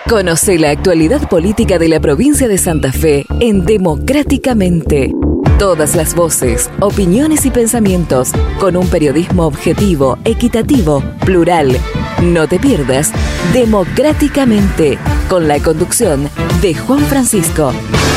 Conoce la actualidad política de la provincia de Santa Fe en Democráticamente. Todas las voces, opiniones y pensamientos con un periodismo objetivo, equitativo, plural. No te pierdas Democráticamente con la conducción de Juan Francisco.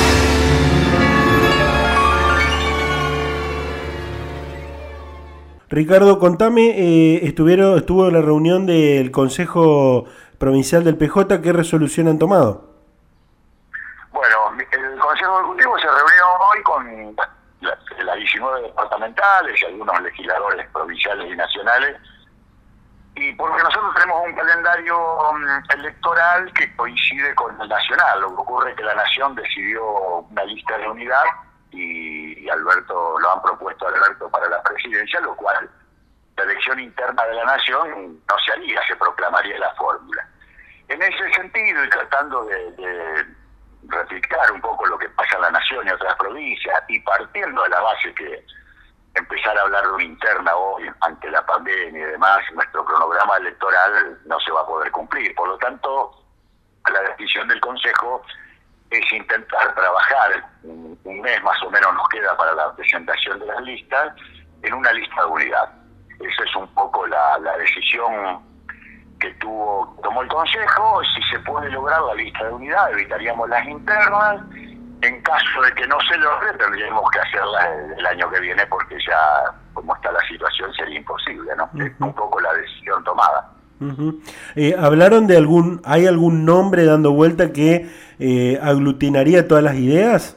Ricardo, contame, estuvo la reunión del Consejo Provincial del PJ, ¿qué resolución han tomado? Bueno, el Consejo Ejecutivo se reunió hoy con las 19 departamentales y algunos legisladores provinciales y nacionales, y porque nosotros tenemos un calendario electoral que coincide con el nacional. Lo que ocurre es que la Nación decidió una lista de unidad y Alberto lo han propuesto a Alberto para la presidencia, lo cual la elección interna de la Nación no se haría, se proclamaría la fórmula. En ese sentido, y tratando de replicar un poco lo que pasa en la Nación y otras provincias, y partiendo de la base que empezar a hablar de una interna hoy ante la pandemia y demás, nuestro cronograma electoral no se va a poder cumplir. Por lo tanto, la decisión del Consejo es intentar trabajar, un mes más o menos nos queda para la presentación de las listas, en una lista de unidad. Esa es un poco la decisión que tomó el Consejo. Si se puede lograr la lista de unidad, evitaríamos las internas. En caso de que no se logre, tendríamos que hacerla el año que viene, porque ya, como está la situación, sería imposible, ¿no? Es un poco la decisión tomada. ¿Hablaron de hay algún nombre dando vuelta que aglutinaría todas las ideas?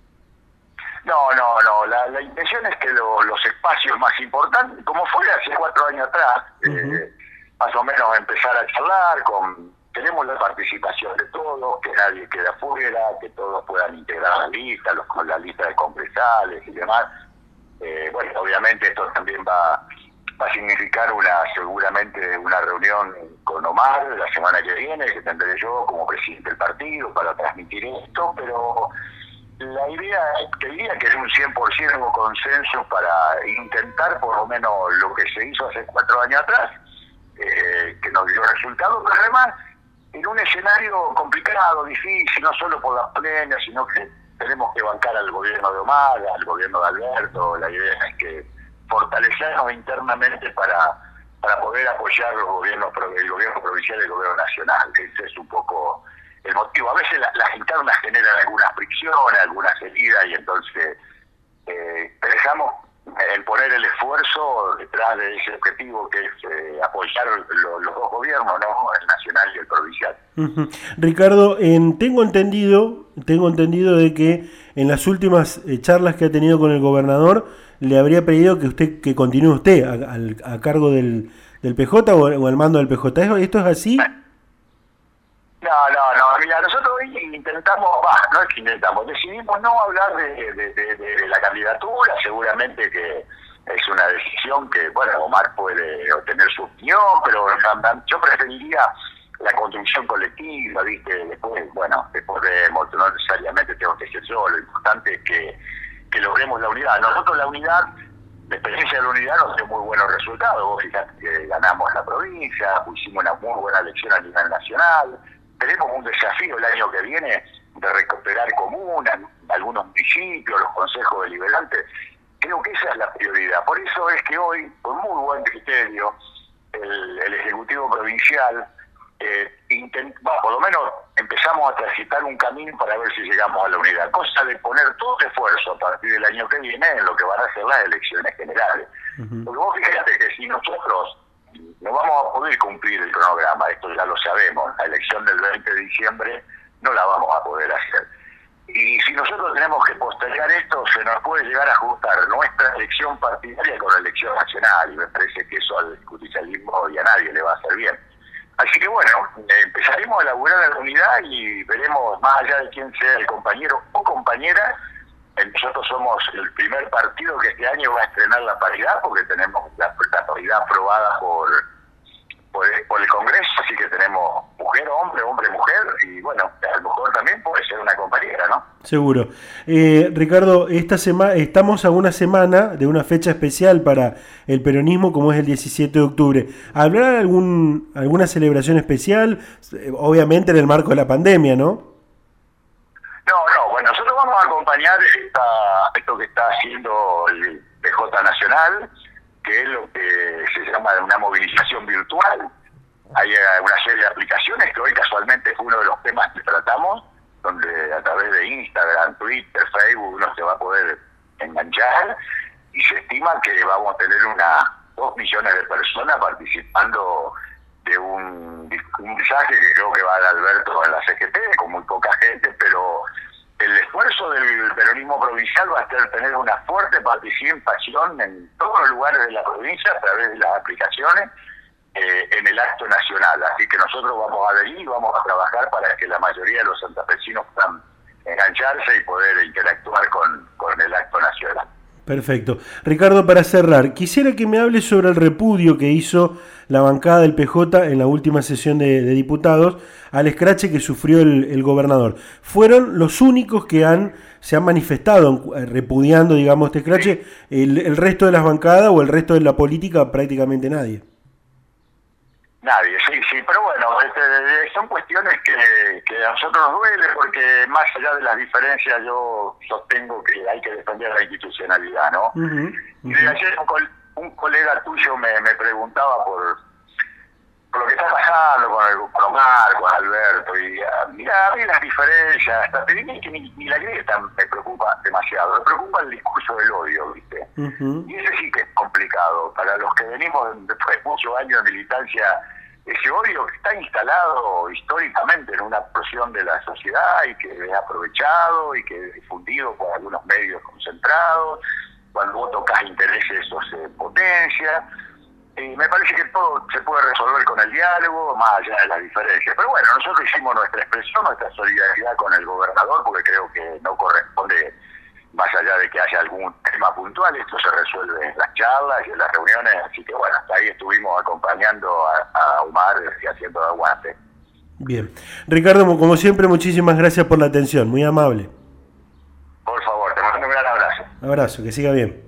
No. La intención es que los espacios más importantes, como fue hace 4 años atrás, más o menos empezar a charlar tenemos la participación de todos, que nadie quede afuera, que todos puedan integrar la lista, con la lista de congresales y demás. Bueno, obviamente esto también va a significar seguramente una reunión con Omar la semana que viene, que tendré yo como presidente del partido para transmitir esto, pero la idea, te diría que es un 100% consenso para intentar por lo menos lo que se hizo hace 4 años atrás, que nos dio resultados, pero además en un escenario complicado, difícil, no solo por la pandemia, sino que tenemos que bancar al gobierno de Omar, al gobierno de Alberto. La idea es que fortalecernos internamente para poder apoyar el gobierno provincial y el gobierno nacional. Ese es un poco el motivo. A veces las internas generan algunas fricciones, algunas heridas, y entonces pensamos en poner el esfuerzo detrás de ese objetivo, que es apoyar los dos gobiernos, ¿no? El nacional y el provincial. Ricardo, tengo entendido de que en las últimas charlas que ha tenido con el gobernador le habría pedido que continúe usted a cargo del PJ o al mando del PJ. ¿Esto es así? No, mira, nosotros decidimos no hablar de la candidatura. Seguramente que es una decisión que, bueno, Omar puede obtener su opinión, pero yo preferiría la construcción colectiva, ¿viste? Después vemos, no necesariamente tengo que ser yo, lo importante es que logremos la unidad. Nosotros la experiencia de la unidad nos dio muy buenos resultados. Vos fíjate que ganamos la provincia, hicimos una muy buena elección a nivel nacional. Tenemos un desafío el año que viene de recuperar comunas, algunos municipios, los consejos deliberantes. Creo que esa es la prioridad. Por eso es que hoy, con muy buen criterio, el Ejecutivo Provincial, por lo menos empezamos a transitar un camino para ver si llegamos a la unidad. Cosa de poner todo el esfuerzo a partir del año que viene en lo que van a ser las elecciones generales. Porque vos fíjate que si nosotros no vamos a poder cumplir el cronograma, esto ya lo sabemos, la elección del 20 de diciembre no la vamos a poder hacer. Y si nosotros tenemos que postergar esto, se nos puede llegar a ajustar nuestra elección partidaria con la elección nacional, y me parece que eso al justicialismo y a nadie le va a hacer bien. Así que bueno, empezaremos a elaborar la unidad y veremos, más allá de quién sea el compañero o compañera, nosotros somos el primer partido que este año va a estrenar la paridad, porque tenemos la paridad aprobada por el Congreso, así que tenemos mujer, hombre, mujer, y bueno, a lo mejor también puede ser una compañera, ¿no? Seguro. Ricardo, esta semana estamos a una semana de una fecha especial para el peronismo, como es el 17 de octubre. ¿Habrá alguna celebración especial? Obviamente en el marco de la pandemia, ¿no? No, bueno, nosotros vamos a acompañar esto que está haciendo el PJ Nacional, que es lo que se llama una movilización virtual. Hay una serie de aplicaciones que hoy casualmente fue uno de los temas que tratamos, donde a través de Instagram, Twitter, Facebook uno se va a poder enganchar, y se estima que vamos a tener 2 millones de personas participando de un mensaje que creo que va a dar Alberto en la CGT, con muy poca gente, pero el esfuerzo del peronismo provincial va a ser tener una fuerte participación en todos los lugares de la provincia a través de las aplicaciones en el acto nacional. Así que nosotros vamos a adherir y vamos a trabajar para que la mayoría de los santafesinos puedan engancharse y poder interactuar con el acto nacional. Perfecto. Ricardo, para cerrar, quisiera que me hables sobre el repudio que hizo la bancada del PJ en la última sesión de diputados al escrache que sufrió el gobernador. ¿Fueron los únicos que se han manifestado repudiando, digamos, este escrache? ¿El resto de las bancadas o el resto de la política prácticamente nadie? Nadie, sí, pero bueno, son cuestiones que a nosotros nos duele, porque más allá de las diferencias yo sostengo que hay que defender la institucionalidad, ¿no? Y ayer un colega tuyo me preguntaba por lo que está pasando con Omar, con Alberto, y mira, a mí las diferencias, hasta te diría que ni la grieta me preocupa demasiado, me preocupa el discurso del odio, ¿viste? Y ese sí que es complicado, para los que venimos después de muchos años de militancia, ese odio que está instalado históricamente en una porción de la sociedad y que es aprovechado y que es difundido por algunos medios concentrados, cuando vos tocas intereses eso se potencia. Me parece que todo se puede resolver con el diálogo, más allá de las diferencias. Pero bueno, nosotros hicimos nuestra expresión, nuestra solidaridad con el gobernador, porque creo que no corresponde, más allá de que haya algún tema puntual, esto se resuelve en las charlas y en las reuniones. Así que bueno, hasta ahí estuvimos acompañando a Omar y haciendo aguante. Bien. Ricardo, como siempre, muchísimas gracias por la atención, muy amable. Por favor, te mando un gran abrazo. Abrazo, que siga bien.